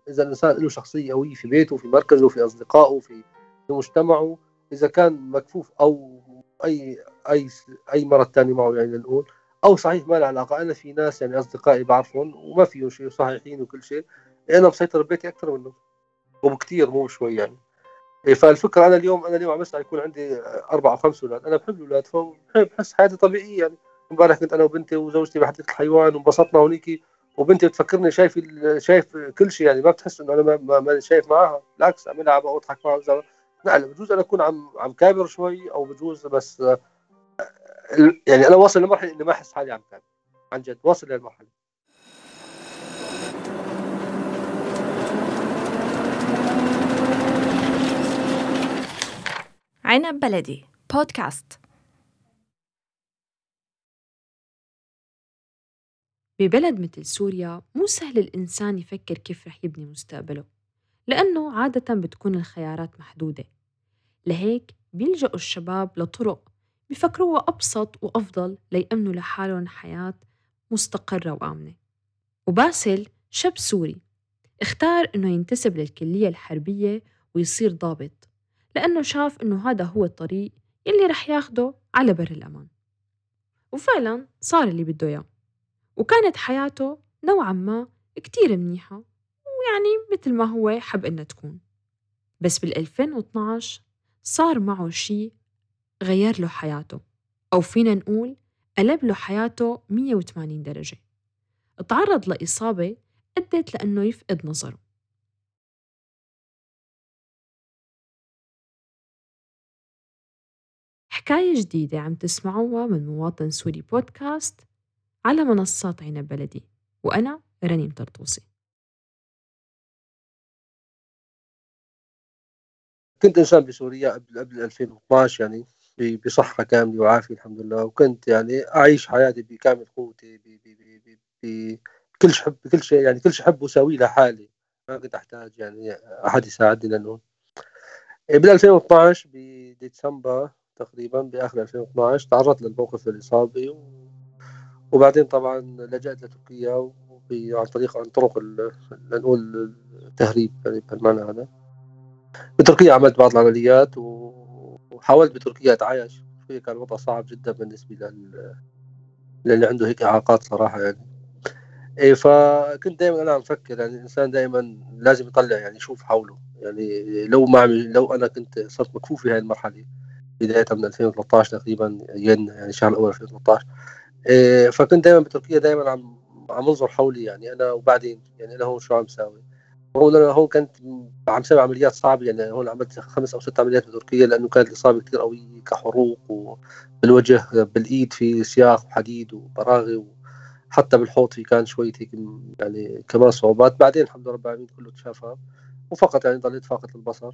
إذا الإنسان له شخصية قوية في بيته، في مركزه، في أصدقائه، في مجتمعه، إذا كان مكفوف أو أي أي أي مرض تاني معه يعني نقول، أو صحيح ما له علاقة. أنا في ناس يعني أصدقائي بعرفهم وما فيهم شيء صحيحين وكل شيء، أنا مسيطر ببيتي أكثر منهم وبكتير مو شوي يعني. فالفكرة أنا اليوم عم بسعى يكون عندي 4 أو 5 أولاد. أنا بحب الأولاد، فبحب بحس حياتي طبيعية يعني. امبارح كنت أنا وبنتي وزوجتي بحديقة الحيوان وانبسطنا هونيك، وبنتي بتفكرني شايف كل شيء يعني. ما بتحس إنه أنا ما شايف معاها، بالعكس عم ألعب أو أضحك معها نعم. بجوز أنا أكون عم كابر شوي، أو بجوز بس يعني أنا واصل لمرحلة إني ما أحس حالي عم كابر. عن جد واصل للمرحلة. عنب بلدي بودكاست. ببلد مثل سوريا مو سهل الإنسان يفكر كيف رح يبني مستقبله، لأنه عادة بتكون الخيارات محدودة. لهيك بيلجأوا الشباب لطرق بيفكروها أبسط وأفضل ليأمنوا لحالهم حياة مستقرة وآمنة. وباسل شاب سوري اختار إنه ينتسب للكلية الحربية ويصير ضابط، لأنه شاف إنه هذا هو الطريق يلي رح ياخده على بر الأمان. وفعلاً صار اللي بده إياه، وكانت حياته نوعاً ما كتير منيحة، ويعني مثل ما هو حب إنها تكون. بس بال2012 صار معه شي غير له حياته، أو فينا نقول قلب له حياته 180 درجة. اتعرض لإصابة أدت لأنه يفقد نظره. حكاية جديدة عم تسمعوها من مواطن سوري بودكاست على منصات عنب بلدي، وأنا رنيم طرطوسي. كنت إنسان بسوريا قبل 2012 يعني، بصحة كاملة وعافية الحمد لله. وكنت يعني أعيش حياتي بكامل قوتي، بكل حب، بكل شيء يعني، كل شيء أحب أسويه لحالي. ما كنت أحتاج يعني أحد يساعدني. لأنه بال 2012 بديسمبر تقريبا، بآخر 2012 تعرضت للموقف الإصابي، وبعدين طبعا لجأت لتركيا عن طرق نقول التهريب يعني بالمعنى هذا. بتركيا عملت بعض العمليات وحاولت بتركيا أتعايش. شوية كان الوضع صعب جدا بالنسبة للي عنده هيك إعاقات صراحة يعني. إيه، فكنت دائما أنا عم فكر يعني الإنسان دائما لازم يطلع يعني يشوف حوله يعني. لو أنا كنت صرت مكفوف في هاي المرحلة بداية من 2013 تقريبا يعني الشهر الأول 2013. إيه، فكنت دائما بتركيا دائما عم انظر حولي يعني أنا وبعدين يعني أنا هون شو عم ساوي. هون أنا هون كنت عم سوي عمليات صعبة يعني. هون عملت 5 أو 6 عمليات بتركيا، لأنه كانت الإصابة كتير قوية كحروق، وبالوجه بالإيد في سياخ وحديد وبراغي، وحتى بالحوض في كان شوية هيك يعني كمان صعوبات. بعدين الحمد لله رب العالمين كله تشافى، وفقط يعني ضليت فاقد البصر.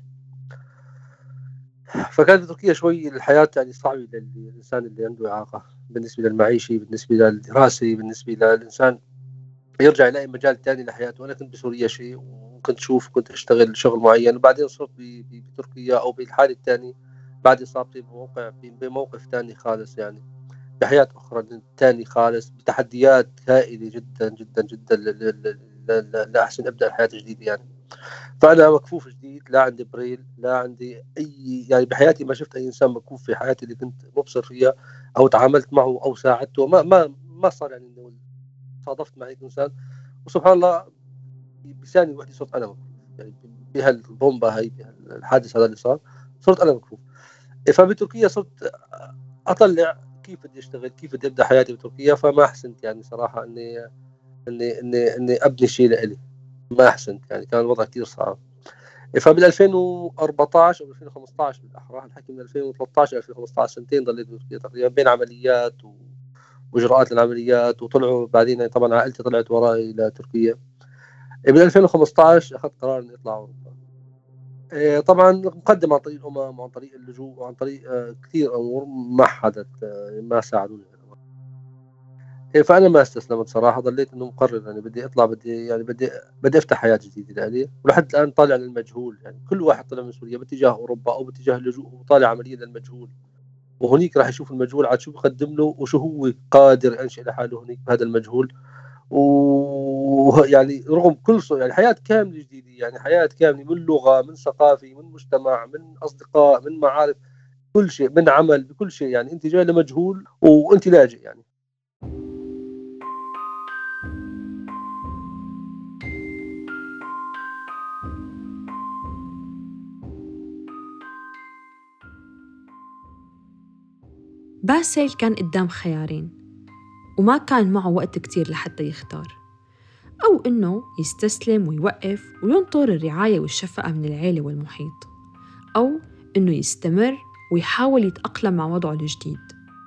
فكانت بتركيا شوي الحياة يعني صعبة للإنسان اللي عنده إعاقة، بالنسبة للمعيشة، بالنسبة للدراسة، بالنسبة للإنسان يرجع يلاقي مجال تاني لحياته. أنا كنت بسوريا شيء، كنت أشتغل شغل معين، وبعدين صرت بتركيا أو بالحالة الثانية بعد إصابتي بموقف تاني خالص يعني، بحياة أخرى تاني خالص، بتحديات هائلة جدا جدا جدا لأحسن أبدأ حياة جديدة يعني. فأنا مكفوف جديد، لا عندي بريل، لا عندي أي يعني بحياتي ما شفت أي إنسان مكفوف في حياتي اللي كنت مبصر فيها أو تعاملت معه أو ساعدته. ما صار يعني إنه صادفت مع هيك إنسان. وسبحان الله بثانية واحدة صرت أنا مكفوف يعني، بهالبومبا هاي، بهالحادث هذا اللي صار صرت أنا مكفوف. فبتركيا صرت أطلع كيف بدي أشتغل، كيف بدي أبدأ حياتي بتركيا. فما أحسنت يعني صراحة إني أبني شيء لإلي. ما أحسنت يعني، كان الوضع كتير صعب. فبال 2014 أو 2015 بالأحرى، الحكي من 2013 2015 سنتين ضليت بتركيا تقريبا بين عمليات وإجراءات العمليات. وطلعوا بعدين طبعا عائلتي طلعت ورائي إلى تركيا. بال 2015 أخذت قرار إني أطلع أوروبا. طبعا مقدم عن طريق الأمم وعن طريق اللجوء وعن طريق كثير أمور ما حدث ما ساعدوني. فأنا ما استسلمت صراحة، ضليت إنه مقرر يعني بدي أطلع، بدي أفتح حياة جديدة لي. ولحد الآن طالع للمجهول يعني. كل واحد طلع من سوريا باتجاه أوروبا أو باتجاه اللجوء وطالع عمليا للمجهول، وهنيك راح يشوف المجهول عاد شو بقدم له وشو هو قادر ينشئ لحاله هنيك بهذا المجهول. ويعني رغم كل يعني حياة كاملة جديدة، يعني حياة كاملة من لغة، من ثقافة، من مجتمع، من أصدقاء، من معارف، كل شيء، من عمل، بكل شيء. يعني أنت جاي لمجهول وأنت لاجئ يعني. باسل كان قدام خيارين وما كان معه وقت كتير لحتى يختار، أو إنه يستسلم ويوقف وينطر الرعاية والشفقة من العيلة والمحيط، أو إنه يستمر ويحاول يتأقلم مع وضعه الجديد.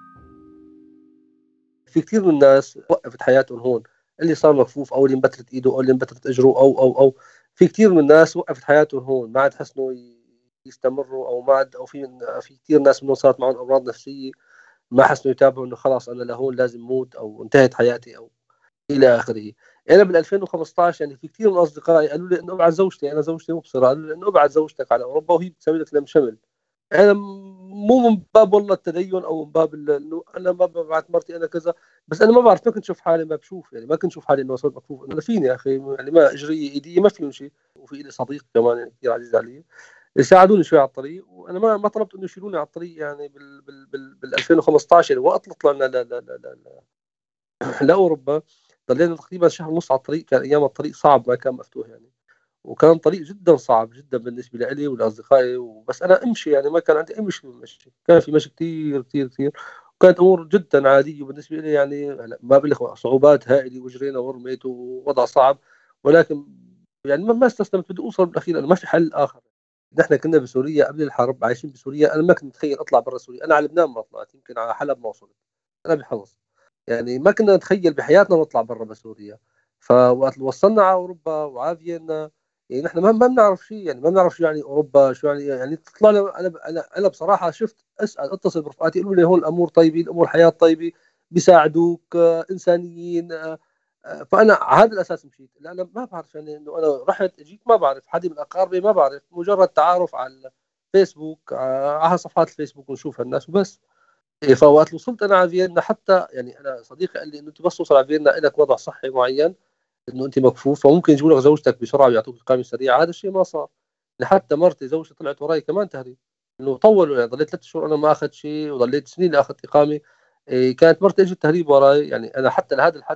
في كثير من الناس وقفت حياتهم هون، اللي صار مكفوف أو اللي انبترت إيده أو اللي انبترت أجره أو في كثير من الناس وقفت حياتهم هون، ما عاد حسنوا يستمروا، أو ما عاد، أو في كثير ناس منهم صارت معهم أمراض نفسية، ما حسنوا يتابعوا إنه خلاص أنا لهون لازم موت أو انتهت حياتي أو الى اخره. انا بال 2015 يعني في كثير من اصدقائي قالوا لي انه ابعت زوجتي، انا زوجتي مبصره، قالوا لي انه ابعت زوجتك على اوروبا وهي بتسوي لك لم شمل. انا مو من باب والله التدين او من باب انه انا ما ببعت مرتي انا كذا، بس انا ما بعرف، ما كنت اشوف حالي، ما بشوف يعني، ما كنت اشوف حالي انه صرت مكفوف. انا فيني يا اخي يعني، ما اجري ايدي ما فيهم شيء، وفي لي صديق كمان يعني كثير عزيز علي يساعدوني شوي على الطريق، وانا ما طلبت انه يشيلوني على الطريق يعني بال 2015 يعني وقت طلعنا لاوروبا. ضلينا تقريبا شهر ونص على الطريق، كان ايام الطريق صعب ما كان مفتوح يعني، وكان طريق جدا صعب جدا بالنسبه لي ولاصدقائي، وبس انا امشي يعني ما كان عندي اي مشكله بالمشي، كان في مشي كثير كثير كثير، وكانت امور جدا عاديه بالنسبه لي يعني. هلا ما بلغ صعوبات هائله وجرينا ورميت ووضع صعب، ولكن يعني ما استسلمت، بدي اوصل بالاخير، انا ما في حل اخر. نحن كنا بسوريا قبل الحرب عايشين بسوريا، انا ما كنت متخيل اطلع برا سوريا، انا على لبنان ما طلعت، يمكن على حلب ما وصلت، انا بحمص يعني، ما كنا نتخيل بحياتنا نطلع برا بسوريا. فوقت وصلنا على اوروبا وعلى فيينا، يعني نحن ما بنعرف شيء يعني، ما بنعرف شو يعني اوروبا، شو يعني تطلع لنا. انا بصراحه شفت، اسال اتصل برفقاتي يقولوا لي هون الامور طيبه، الامور حياه طيبه، بيساعدوك، انسانيين، فانا على هذا الاساس مشيت. لا انا ما بعرف يعني، انه انا رحت اجيت ما بعرف حد من اقاربي، ما بعرف، مجرد تعارف على الفيسبوك، على صفحات الفيسبوك ونشوف الناس وبس. إيه، فوقت وصلت انا على فيينا، حتى يعني انا صديقي قال لي انه انت بس توصل على فيينا لك وضع صحي معين، انه انت مكفوف، فممكن يجيبوا لك زوجتك بسرعه ويعطوك اقامه سريعه. هذا الشيء ما صار. حتى مرتي زوجتي طلعت وراي كمان تهريب، انه طولوا يعني، ضليت 3 شهور انا ما اخذت شيء، وضليت سنين لا اخذت اقامه. إيه، كانت مرتي اجت تهريب وراي يعني. انا حتى لهذا الحد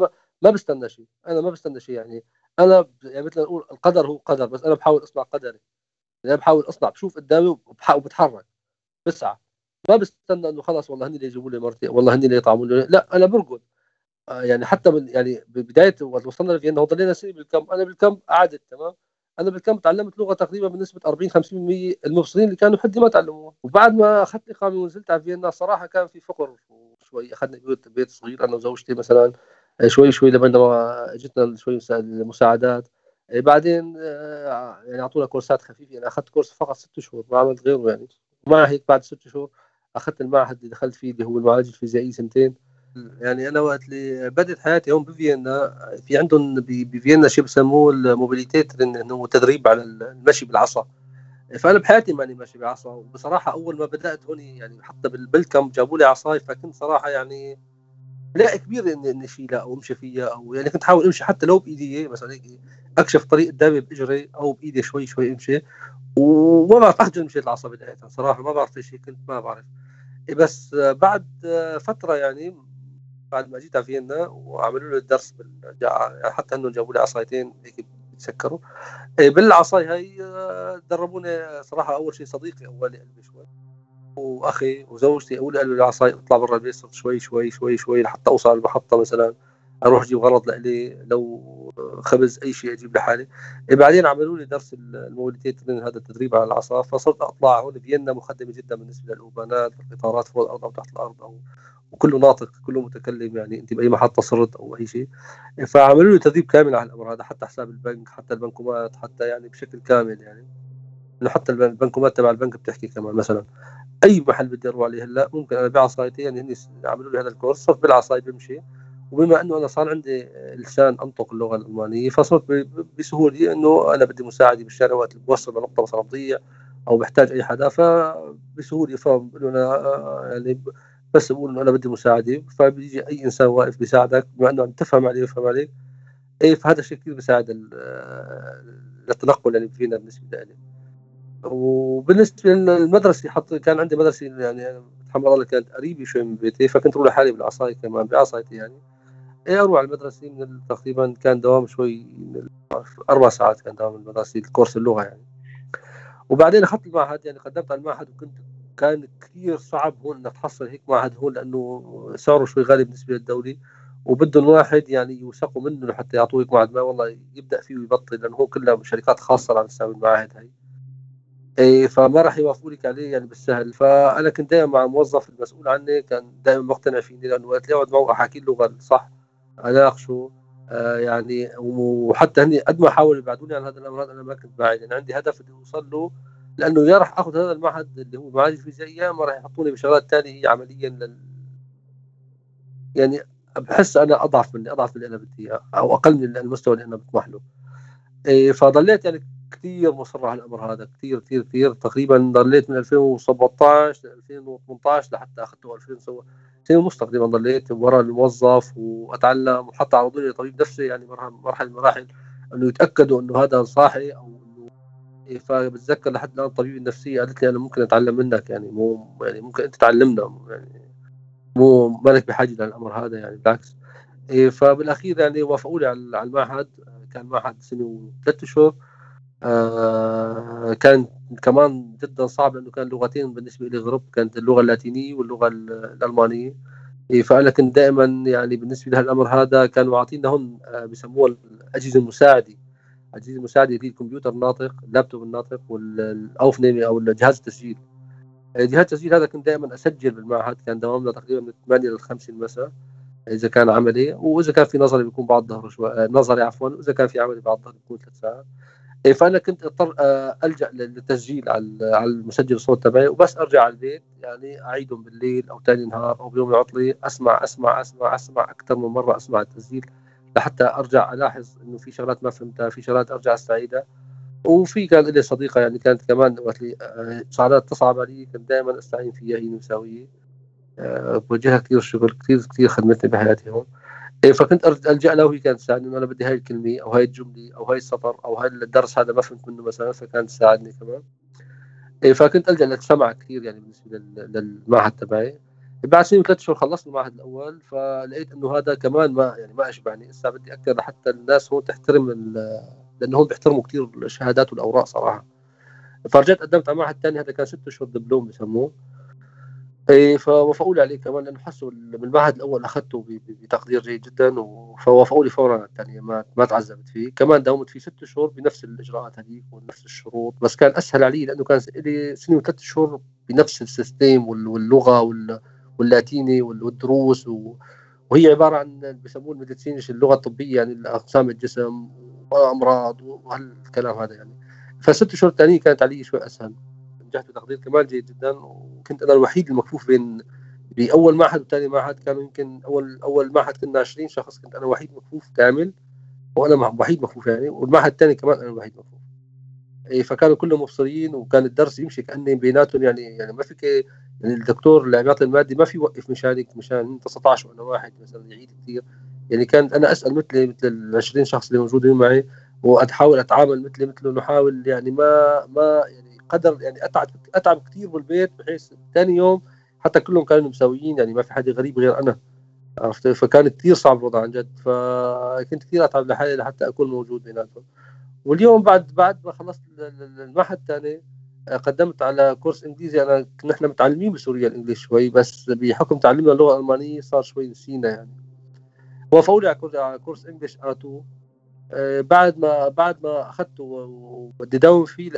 ما بستنى شيء، انا ما بستنى شيء يعني. انا يعني مثل نقول القدر هو قدر، بس انا بحاول اصنع قدري يعني، انا بحاول اصنع، بشوف قدامي وبتحرك، بسعى، ما بستنى انه خلاص والله هني اللي يجيبوا لي مرتي، والله هني اللي يطعموا لي، لا انا برقد. يعني حتى من يعني ببدايه وقت وصلنا لفيينا وضلينا سنه بالكامب، انا بالكامب قعدت تمام، انا بالكامب تعلمت لغه تقريبا بنسبه 40 50%، المبصرين اللي كانوا حدي ما تعلموها. وبعد ما اخذت اقامه ونزلت على فيينا صراحه كان في فقر، وشوي اخذنا بيت صغير انا وزوجتي مثلا، شوي شوي لما اجتنا شوي المساعدات. بعدين يعني اعطونا كورسات خفيفه، انا اخذت كورس فقط 6 شهور ما عملت غيره يعني. ومع هيك بعد 6 شهور اخذت المعهد اللي دخلت فيه اللي هو المعالجه الفيزيائيه سنتين. يعني انا وقت اللي بدأت حياتي هون بفيينا، في عندهم بفيينا شيء بسموه الموبيليتي تريننج، انه هو تدريب على المشي بالعصا. فانا بحياتي ماني ماشي بعصا، وبصراحه اول ما بدات هون يعني حتى بالكم جابوا لي عصاي، فكنت صراحه يعني لا كبير اني اشيلها او امشي فيها، او يعني كنت احاول امشي حتى لو بايدي مثلا هيك، اكشف طريق قدامي باجري او بايدي شوي شوي امشي. وما بعرف اخجل مشيت العصا بدايتها صراحه، ما بعرف ليش هيك كنت ما بعرف. بس بعد فتره يعني، بعد ما جيت على فيينا وعملوا لي الدرس يعني حتى انه جابوا لي عصايتين هيك بتسكروا. بالعصاي هاي دربوني صراحه. اول شيء صديقي اولي قلبي شوي، واخي وزوجتي اولي قالوا لي العصاي اطلع برا البيت، صرت شوي شوي شوي شوي لحتى اوصل المحطه مثلا، اروح اجيب غرض لإلي لو خبز اي شيء اجيب لحالي. بعدين عملوا لي درس الموبيليتي تريننج، هذا التدريب على العصا، فصرت اطلع هون. فيينا مخدمه جدا بالنسبه للاوبانات والقطارات فوق الارض او تحت الارض، او وكله ناطق كله متكلم يعني، انت باي محطه صرت او اي شيء. فعملوا لي تدريب كامل على الامر هذا، حتى حساب البنك، حتى البنكومات، حتى يعني بشكل كامل يعني، انه حتى البنكومات تبع البنك بتحكي كمان مثلا. اي محل بدي اروح عليه هلا ممكن انا بعصايتي يعني، هني عملوا لي هذا الكورس، صرت بالعصايه بمشي. وبما انه انا صار عندي لسان انطق اللغه الالمانيه، فصرت بسهوله انه انا بدي مساعده بالشارع وقت بوصل لنقطه مثلا بضيع او بحتاج اي حدا، فبسهوله فبقول له انا يعني بس بقول إنه أنا بدي مساعدة، فبيجي أي إنسان واقف بيساعدك بما إنه عم تفهم عليه ويفهم عليك. فهذا الشيء كثير بيساعد للتنقل يعني فينا بالنسبة لي. وبالنسبة للمدرسة كان عندي مدرسة يعني أنا بتحمل الله كانت قريبة شوي من بيتي، فكنت أروح لحالي بالعصاية كمان بعصايتي يعني. أروح على المدرسة تقريبا كان دوام شوي من 4 ساعات كان دوام المدرسة الكورس اللغة يعني. وبعدين أخذت المعهد يعني قدمت على المعهد كان كثير صعب هون إنك تحصل هيك معهد هون لأنه سعره شوي غالي بالنسبة للدولي، وبده الواحد يعني يوثقوا منه لحتى يعطوه هيك معهد، ما والله يبدأ فيه ويبطل لأنه هو كلها شركات خاصة عم تساوي المعاهد هاي. فما راح يوافقوا لك عليه يعني بالسهل. فأنا كنت دائما مع الموظف المسؤول عني كان دائما مقتنع فيني، لأنه وقت اللي أقعد معه أحاكي اللغة الصح أناقشه. يعني وحتى هني قد ما حاولوا يبعدوني عن هذا الأمر أنا ما كنت بعيد، يعني عندي هدف اللي أوصل له، لأنه يا راح آخذ هذا المعهد اللي هو معاهد الفيزيائية، ما راح يحطوني بشغلات ثانية هي عمليا يعني بحس أنا أضعف من اللي أنا بدي إياه، أو أقل من المستوى اللي أنا بطمح له. فضليت يعني كثير مصر على الأمر هذا، كثير كثير كثير، تقريبا ضليت من 2017 ل 2018 لحتى أخذته 2000 سنة ونص تقريبا ضليت ورا الموظف وأتعلم، وحتى عرضوني طبيب نفسي يعني مرحلة من المراحل إنه يتأكدوا إنه هذا صاحي أو إنه فبتذكر لحد الآن طبيب النفسية قالت لي أنا ممكن أتعلم منك، يعني مو يعني ممكن أنت تعلمنا، يعني مو مالك بحاجة للأمر هذا يعني بالعكس. فبالأخير يعني وافقوا لي على المعهد. كان معهد سنة و3 أشهر. كان كمان جدا صعب لأنه كان لغتين بالنسبة لي غرب، كانت اللغة اللاتينية واللغة الألمانية. فأنا كنت دائما يعني بالنسبة لهالأمر هذا كانوا عاطينا هون بسموها الأجهزة المساعدة. الأجهزة المساعدة هي الكمبيوتر الناطق، اللابتوب الناطق، والأوفنيمي أو جهاز التسجيل. جهاز التسجيل هذا كنت دائما أسجل بالمعهد، كان دوامنا تقريبا من 8 ل 5 المساء إذا كان عملي، وإذا كان في نظري بيكون بعد ظهر شوي، نظري عفوا، وإذا كان في عملي بعد ظهر بيكون 3 ساعات. فأنا كنت أضطر ألجأ للتسجيل على المسجل الصوت تبعي، وبس أرجع على البيت يعني أعيدهم بالليل أو تاني نهار أو بيوم العطلة، أسمع أسمع أسمع أسمع أكثر من مرة، أسمع التسجيل لحتى أرجع ألاحظ إنه في شغلات ما فهمتها، في شغلات أرجع أستعيدها. وفي كان لي صديقة يعني كانت كمان وقت لي شغلات تصعب علي كنت دائما أستعين فيها، هي نمساوية. بوجهها كثير شغل، كثير كثير خدمتني بحياتي هون. فكنت ألجأ لها وهي كانت تساعدني، إنه أنا بدي هاي الكلمة أو هاي الجملة أو هاي السطر أو هاي الدرس هذا ما فهمت منه مثلا، فكانت تساعدني كمان. فكنت ألجأ للسمع كثير يعني بالنسبة للمعهد تبعي. بعد 2 و3 شهور خلصت المعهد الأول، فلقيت إنه هذا كمان ما أشبعني، لسه بدي أكثر لحتى الناس هون تحترم لأنه هون بيحترموا كثير الشهادات والأوراق صراحة. فرجعت قدمت على معهد ثاني، هذا كان 6 أشهر دبلوم بسموه. فوافقوا لي عليه كمان لأنه حسوا بالمعهد الأول أخذته بتقدير جيد جدا، فوافقوا لي فورا على الثانية، ما تعذبت فيه. كمان داومت فيه 6 شهور بنفس الإجراءات هذيك ونفس الشروط، بس كان أسهل علي لأنه كان لي سنة و3 شهور بنفس السيستم واللغة واللاتيني والدروس وهي عبارة عن بسموه الميديسين اللغة الطبية يعني أقسام الجسم وأمراض وهالكلام هذا يعني. ف6 شهور الثانية كانت علي شوي أسهل، نجحت بتقدير كمان جيد جدا، وكنت انا الوحيد المكفوف باول معهد وثاني معهد. كانوا يمكن اول معهد كنا 20 شخص، كنت انا وحيد مكفوف كامل، وانا وحيد مكفوف يعني، والمعهد الثاني كمان انا الوحيد مكفوف. فكانوا كلهم مبصرين، وكان الدرس يمشي كاني بيناتهم يعني ما فيك يعني الدكتور اللي عم يعطي الماده ما في يوقف مشان انت 19 وانا واحد مثلا يعيد كثير. يعني كانت انا اسال مثل ال 20 شخص اللي موجودين معي، واحاول اتعامل مثله، نحاول يعني ما يعني قدر يعني اتعب كثير بالبيت بحيث ثاني يوم حتى كلهم كانوا مساويين، يعني ما في حد غريب غير انا، عرفت. فكان كثير صعب الوضع عن جد، فكنت كثير اتعب لحالي لحتى اكون موجود بيناتهم. واليوم بعد ما خلصت المعهد الثاني قدمت على كورس انجليزي. نحن متعلمين بسوريا الانجليش شوي، بس بحكم تعلمنا اللغه الالمانيه صار شوي نسينا يعني. وافقوا لي على كورس انجليش A2. بعد ما اخذته وبدي داوم فيه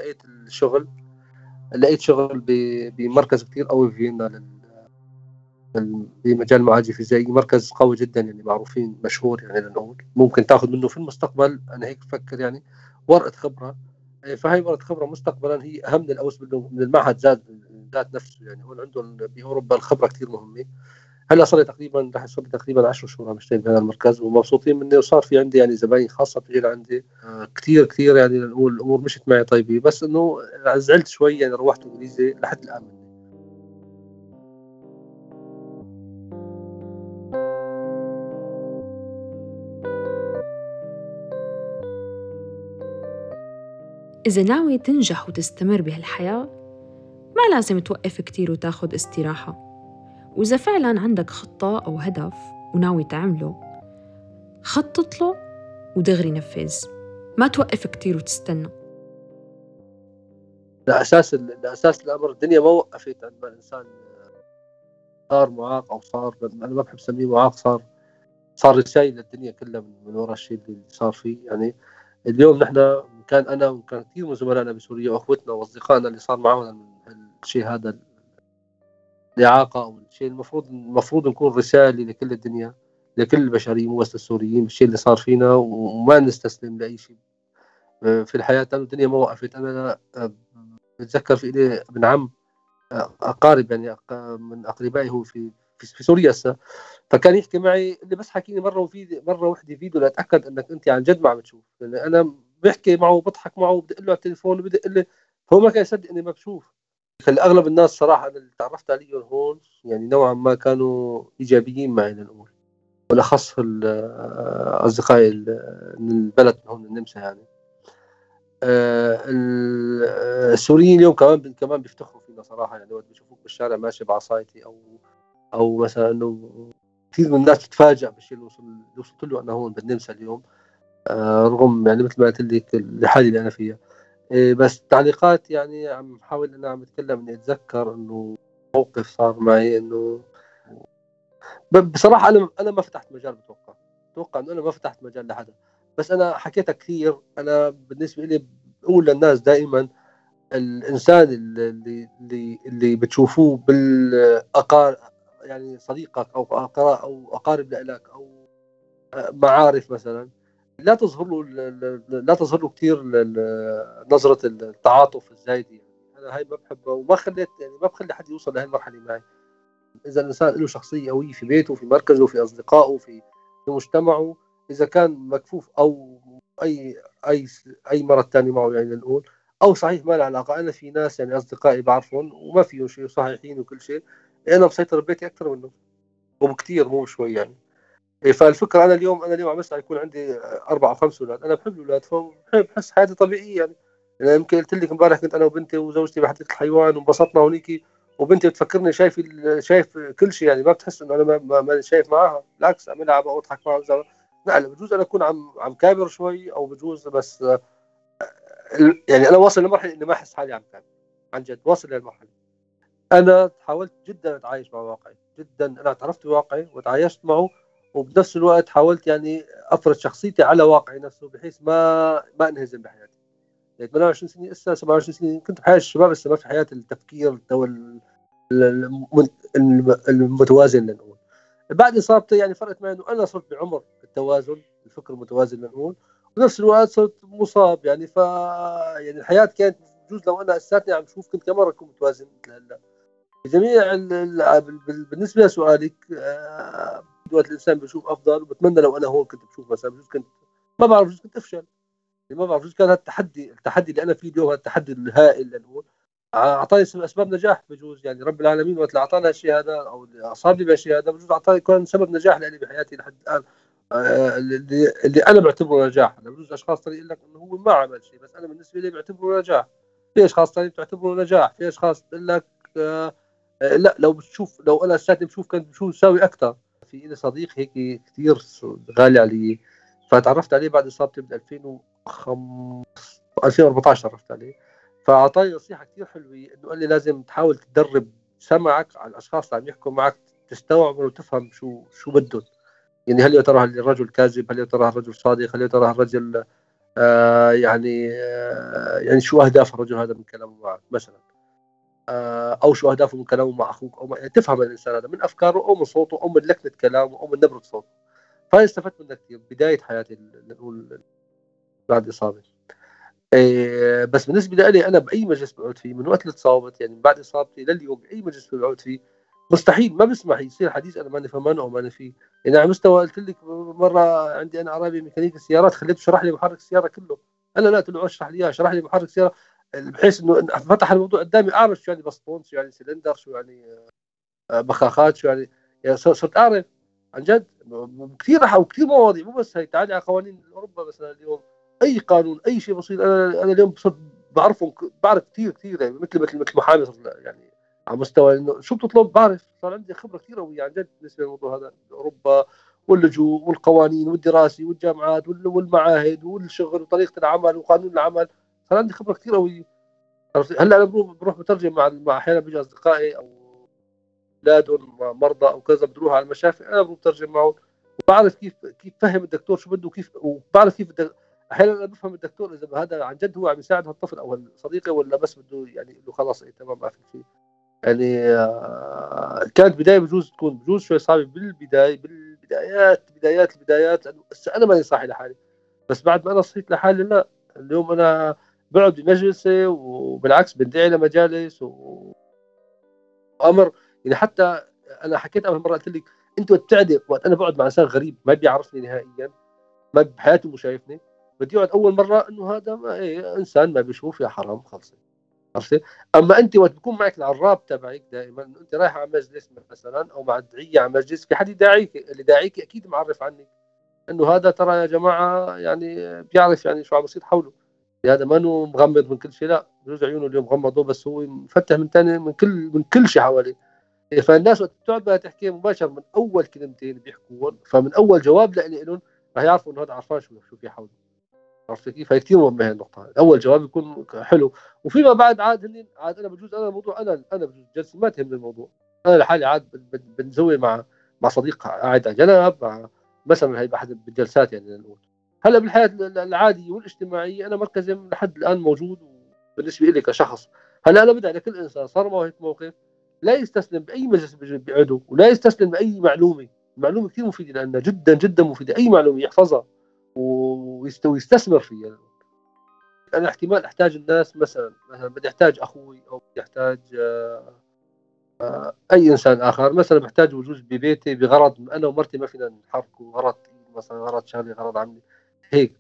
لقيت شغل بمركز كثير قوي في فيينا بمجال المعالجه الفيزيائيه، مركز قوي جدا يعني، معروفين مشهور يعني، لنقول ممكن تاخذ منه في المستقبل، انا هيك بفكر يعني، ورقه خبره. فهي ورقه خبره مستقبلا هي اهم من الاوس من المعهد ذات نفسه يعني. هون عندهم باوروبا الخبره كثير مهمه. هلا صار لي تقريبا 10 شهور عم اشتغل بهذا المركز ومبسوطين مني، وصار في عندي يعني زباين خاصه بتجي لعندي كثير كثير يعني، نقول الامور مشت معي طيبه، بس انه زعلت شوي يعني روحت انجليزي لحد الان. إذا ناوي تنجح وتستمر بهالحياة ما لازم توقف كتير وتاخد استراحة، وإذا فعلاً عندك خطة أو هدف وناوي تعمله خطط له ودغري نفذ، ما توقف كتير وتستنى. لأساس الأمر الدنيا ما وقفت عندما الإنسان صار معاق أو صار، أنا ما بحب سميه معاق، صار رسائل للدنيا كلها من وراء الشيء اللي صار فيه. يعني اليوم نحن كان أنا وكان كثير من زملائنا بسوريا وأخوتنا وأصدقائنا اللي صار معهم الشيء هذا، الإعاقة أو الشيء المفروض نكون رسالة لكل الدنيا، لكل البشرية مو بس السوريين، بالشيء اللي صار فينا، وما نستسلم لأي شيء في الحياة. الدنيا ما وقفت. أنا بتذكر في إلي ابن عم أقارب، يعني من أقربائي هو في سوريا هسه، فكان يحكي معي اللي بس حكيني مرة واحدة فيديو لأتأكد أنك أنت عن جد ما عم تشوف. لأن أنا بحكي معه بضحك معه وبدق له على التليفون وبدق له، هو ما كان يصدق إني ما بشوف. أغلب الناس صراحة أنا اللي تعرفت عليهم هون يعني نوعا ما كانوا إيجابيين معي لنقول، بالأخص أصدقائي من البلد هون النمسا. يعني السوريين اليوم كمان بيفتخروا فينا صراحة. يعني وقت بيشوفوك بالشارع ماشي بعصايتي أو مثلا إنه كثير من الناس تتفاجأ بالشيء اللي وصلت له أنا هون بالنمسا اليوم، رغم يعني مثل ما قلت لك الحالة اللي أنا فيها. بس التعليقات يعني عم بحاول أنا عم أتكلم إني أتذكر إنه موقف صار معي إنه بصراحة أنا ما فتحت مجال. بتوقع إنه أنا ما فتحت مجال لحدا، بس أنا حكيتها كثير. أنا بالنسبة لي بقول للناس دائما الإنسان اللي بتشوفوه بالأقارب، يعني صديقك أو أقارب لك أو معارف مثلا، لا تظهر له كثير نظرة التعاطف الزايدة. يعني أنا هاي ما بحبها، وما خليت يعني ما بخلي حد يوصل لهي المرحلة معي. إذا الإنسان له شخصية قوية في بيته، في مركزه، في أصدقائه، في مجتمعه، إذا كان مكفوف أو أي أي أي مرض ثاني معه يعني نقول، أو صحيح ما له علاقة. أنا في ناس يعني أصدقائي بعرفهم وما فيهم شيء صحيحين وكل شيء، أنا مسيطر ببيتي أكثر منهم وبكثير مو شوي يعني. فالفكرة أنا اليوم عم بسعى يكون عندي 4 أو 5 أولاد. أنا بحب الأولاد، فبحب أحس حياتي طبيعية يعني. يعني يمكن قلت لك امبارح كنت أنا وبنتي وزوجتي بحديقة الحيوان وانبسطنا هونيك، وبنتي بتفكرني شايف كل شيء. يعني ما بتحس إنه أنا ما شايف معاها، بالعكس عم ألعب أو أضحك معها. لا بجوز أنا أكون عم كابر شوي، أو بجوز بس يعني أنا واصل لمرحلة إني ما أحس حالي عم كابر. عن جد واصل للمرحلة. أنا حاولت جدا أتعايش مع واقعي، جدا أنا اعترفت بواقعي وتعايشت معه، وبنفس الوقت حاولت يعني أفرض شخصيتي على واقعي نفسه بحيث ما أنهزم بحياتي. يعني 28 سنة لسه 27 سنة كنت بحياة الشباب، لسه ما في حياة التفكير المتوازن لنقول. بعد إصابتي يعني فرقت معي إنه أنا صرت بعمر التوازن، الفكر المتوازن لنقول، وبنفس الوقت صرت مصاب. يعني يعني الحياة كانت بجوز لو أنا لساتني عم شوف كنت كم مرة أكون متوازن مثل هلا. بجميع بالنسبة لسؤالك، وقت الإنسان بيشوف أفضل، وبتمنى لو أنا هون كنت بشوف مثلا بجوز كنت ما بعرف، بجوز كنت أفشل. ما بعرف، بجوز كان هذا التحدي اللي أنا فيه اليوم، هذا التحدي الهائل اللي نقول أعطاني أسباب نجاح. بجوز يعني رب العالمين وقت اللي أعطانا الشيء هذا أو اللي أصابني بهالشيء هذا، بجوز أعطاني كان سبب نجاح لي بحياتي لحد الآن. اللي أنا بعتبره نجاح. أنا بجوز أشخاص ثانيين يقول لك إنه هو ما عمل شيء، بس أنا بالنسبة لي بعتبره نجاح. في أشخاص ثانيين بتعتبره نجاح، في أشخاص بتقول لك لا لو انا لساتني بشوف كنت بشوف ساوي اكثر. في لي صديق هيك كثير غالي علي، فتعرفت عليه بعد اصابتي ب 2014 عرفت عليه. فاعطاني نصيحه كثير حلوه، انه قال لي لازم تحاول تدرب سمعك على الاشخاص اللي عم يحكوا معك، تستوعب وتفهم شو بدهم. يعني هل يا ترى الرجل كاذب، هل يا ترى الرجل صادق، هل يا ترى الرجل يعني شو اهداف الرجل هذا من كلامه معك مثلا، او شو اهدافه من كلامه مع اخوك، او يعني تفهم الانسان هذا من افكاره او من صوته او من لكنه كلامه او من نبره صوته. فانا استفدت منه كثير بدايه حياتي نقول بعد اصابه. بس بالنسبه لي انا باي مجلس بقعد فيه من وقت اللي تصابت، يعني بعد اصابتي لليوم باي مجلس بقعد فيه مستحيل ما بسمح يصير حديث انا ماني فهمانه او ماني فيه. يعني على مستوى قلت لك مره عندي انا قرايبي ميكانيك السيارات، خليته يشرح لي محرك السياره كله. انا لا قلت له اشرح لي اياه، شرح لي محرك السياره بحيث انه فتح الموضوع قدامي، اعرف شو يعني بسطون، شو يعني سلندر، شو يعني بخاخات، شو يعني صرت اعرف عن جد كثير وكثير مواضيع. مو بس هي، تعالي على قوانين اوروبا مثلا اليوم، اي قانون اي شيء بسيط انا اليوم صرت بعرف كثير يعني مثل محامي يعني على مستوى انه شو بتطلب، بعرف صار عندي خبره كثير قويه عن جد بالنسبه للموضوع هذا، اوروبا واللجوء والقوانين والدراسه والجامعات والمعاهد والشغل وطريقه العمل وقانون العمل، صار عندي خبره كثير قويه. هلا انا بروح بترجم مع احيانا بيجي اصدقائي او اولادهم مرضى او كذا، بروح على المشافي انا بروح بترجم معهم، وبعرف كيف فهم الدكتور شو بده، وبعرف كيف احيانا انا بفهم الدكتور اذا هذا عن جد هو عم يساعد هالطفل او صديقي، ولا بس بده يعني انه خلاص تمام ما في شيء. يعني كانت بدايه بجوز شوي صعبه بالبدايات لانه انا ماني صاحي لحالي، بس بعد ما انا صحيت لحالي لا، اليوم انا بقعد بمجلسي وبالعكس بندعي لمجالس وامر. يعني حتى انا حكيت اول مره قلت لك انت بتعدي وقت انا بقعد مع انسان غريب ما بيعرفني نهائيا، ما بحياته مو شايفني، بدي اقعد اول مره انه هذا ما انسان ما بيشوف، يا حرام خلص. عرفتي؟ اما انت وقت بكون معك العراب تبعك دائما، انت رايح على مجلس مثلا او مع دعيه على مجلس، في حد يداعيك، اللي داعيك اكيد معرف عنك انه هذا ترى يا جماعه يعني بيعرف يعني شو عم يصير حوله، هذا ما انه مغمض من كل شيء، لا بجوز عيونه اليوم مغمضه بس هو مفتح من ثاني من كل شيء حواليه. فالناس وقت بتقعد بدها تحكي مباشر من اول كلمتين بيحكوهم، فمن اول جواب لهم رح يعرفوا انه هذا عرفان شو في حوله. عرفت كيف؟ هي كثير مهمه هي النقطه، اول جواب يكون حلو، وفيما بعد عاد انا بجوز انا الموضوع انا بجوز جلسه ما تهمني الموضوع، انا لحالي عاد بنزوي مع صديق قاعد على جنب، مع مثلا هي بحد بالجلسات يعني نقول. هلا بالحياه العاديه والاجتماعيه انا مركزي لحد الان موجود، بالنسبه لي كشخص. هلا انا بدعي لكل انسان صار معه هيك موقف لا يستسلم باي مجلس بيقعده، ولا يستسلم باي معلومه. المعلومه كثير مفيده لانها جدا جدا مفيده، اي معلومه يحفظها ويستثمر فيها. انا احتمال احتاج الناس، مثلا بدي احتاج اخوي او بدي احتاج اي انسان اخر، مثلا بحتاج وجود ببيتي بغرض انا ومرتي ما فينا نحرك، غرض مثلا غرض شغلي غرض عملي هيك.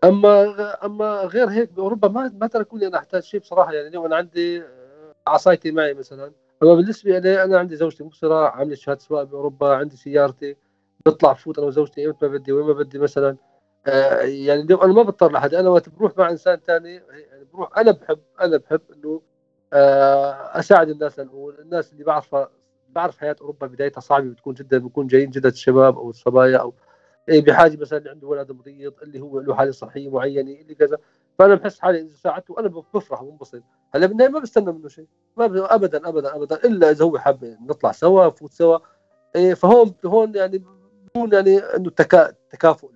اما غير هيك باوروبا ما تركوني انا احتاج شيء بصراحه. يعني اليوم انا عندي عصايتي معي مثلا، اما بالنسبه لي انا عندي زوجتي مبصره، عامله شهاده سواقه باوروبا، عندي سيارتي بطلع بفوت انا وزوجتي ايمتى ما بدي وين ما بدي مثلا. يعني اليوم انا ما بضطر لحد، انا وقت بروح مع انسان ثاني يعني بروح انا بحب انه اساعد الناس. الاول الناس اللي بعرف حياه اوروبا بدايتها صعبه، بتكون جايين جدد الشباب او الصبايا او بحاجه، مثلا اللي عنده ولد مريض، اللي هو له حاله صحيه معينه اللي كذا، فانا بحس حالي اذا ساعدته انا بفرح وبنبسط. هلا بالنهايه ما بستنى منه شيء، ما ابدا ابدا ابدا، الا اذا هو حاب نطلع سوا نفوت سوا. فهون يعني بكون يعني انه تكافؤ،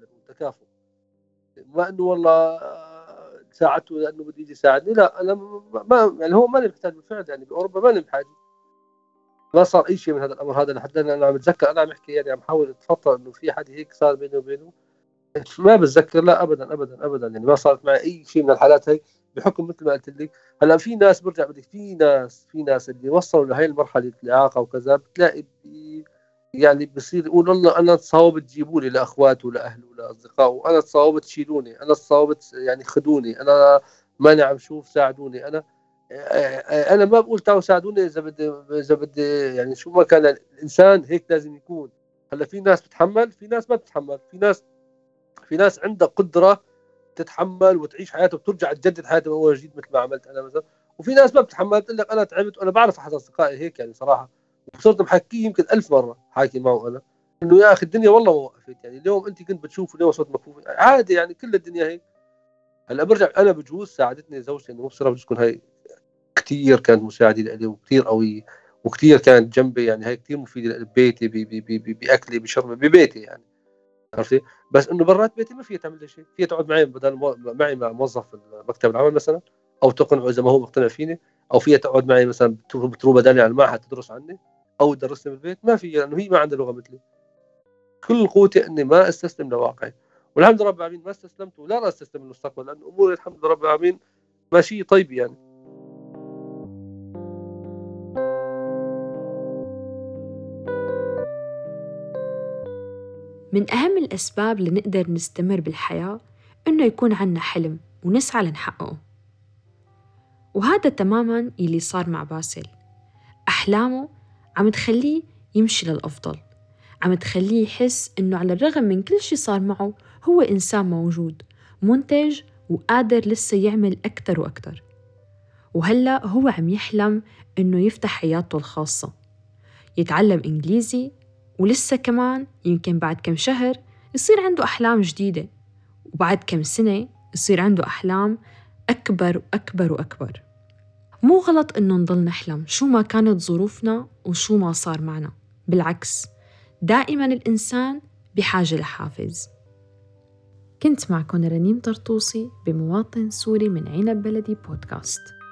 ما انه والله ساعدته لانه بده يجي يساعدني، لا انا ما يعني هو ماني محتاج بالفعل. يعني باوروبا ماني بحاجه، ما صار اي شيء من هذا الامر هذا لحد الان. انا عم بتذكر انا عم احكي يعني عم حاول اتخطى انه في حد هيك صار بيني وبينه، ما بتذكر، لا ابدا ابدا ابدا. يعني ما صارت معي اي شيء من الحالات هي، بحكم مثل ما قلت لك. هلا في ناس برجع بدك، في ناس اللي وصلوا لهي المرحله الاعاقه وكذا، بتلاقي يعني بصير يقول والله انا تصاوبت تجيبوا لي لاخواته ولاهله ولاصدقائه، انا تصاوبت تشيلوني، انا تصاوبت يعني خذوني، انا ماني عم شوف ساعدوني. انا ما بقول تعالوا ساعدوني اذا بدي يعني شو ما كان الانسان هيك لازم يكون. هلا في ناس بتتحمل، في ناس ما بتتحمل، في ناس عندها قدره تتحمل وتعيش حياتها وترجع تجدد حياتها من اول جديد مثل ما عملت انا مثلا. وفي ناس ما بتتحمل، تقول لك انا تعبت. وانا بعرف احد اصدقائي هيك يعني صراحه، وصرت محكيه يمكن 1000 مره حاكي معه انا انه يا اخي الدنيا والله ما وقفت. يعني اليوم انت كنت بتشوف اليوم صرت مكفوف عادي، يعني كل الدنيا هيك. هلا برجع انا بجوز ساعدتني زوجتي انه مبصره، بجوز تكون هي كثير كانت مساعده لي وكثير قويه وكثير كانت جنبي، يعني هي كثير مفيده ببيتي باكلي بشربي ببيتي يعني. عرفتي؟ بس انه برات بيتي ما فيها تعمل لي شيء، فيها تقعد معي معي مع موظف مكتب العمل مثلا، او تقنعه اذا ما هو مقتنع فيني، او فيها تقعد معي مثلا بتروح بدالي على المعهد تدرس عني، او تدرسني بالبيت. ما في، لانه هي ما عندها لغه مثلي. كل قوتي اني ما استسلم لواقعي، والحمد لله رب العالمين ما استسلمت ولا راح استسلم للمستقبل، لان اموري الحمد لله رب العالمين ماشيه طيبه يعني. من أهم الأسباب لنقدر نستمر بالحياة إنه يكون عنا حلم ونسعى لنحققه، وهذا تماماً يلي صار مع باسل. أحلامه عم تخليه يمشي للأفضل، عم تخليه يحس إنه على الرغم من كل شي صار معه هو إنسان موجود منتج وقادر لسه يعمل أكتر وأكتر. وهلأ هو عم يحلم إنه يفتح حياته الخاصة، يتعلم إنجليزي، ولسه كمان يمكن بعد كم شهر يصير عنده أحلام جديدة، وبعد كم سنة يصير عنده أحلام أكبر وأكبر وأكبر. مو غلط إنه نضل نحلم شو ما كانت ظروفنا وشو ما صار معنا، بالعكس دائما الإنسان بحاجة لحافز. كنت معكم رنيم طرطوسي بمواطن سوري من عنب بلدي بودكاست.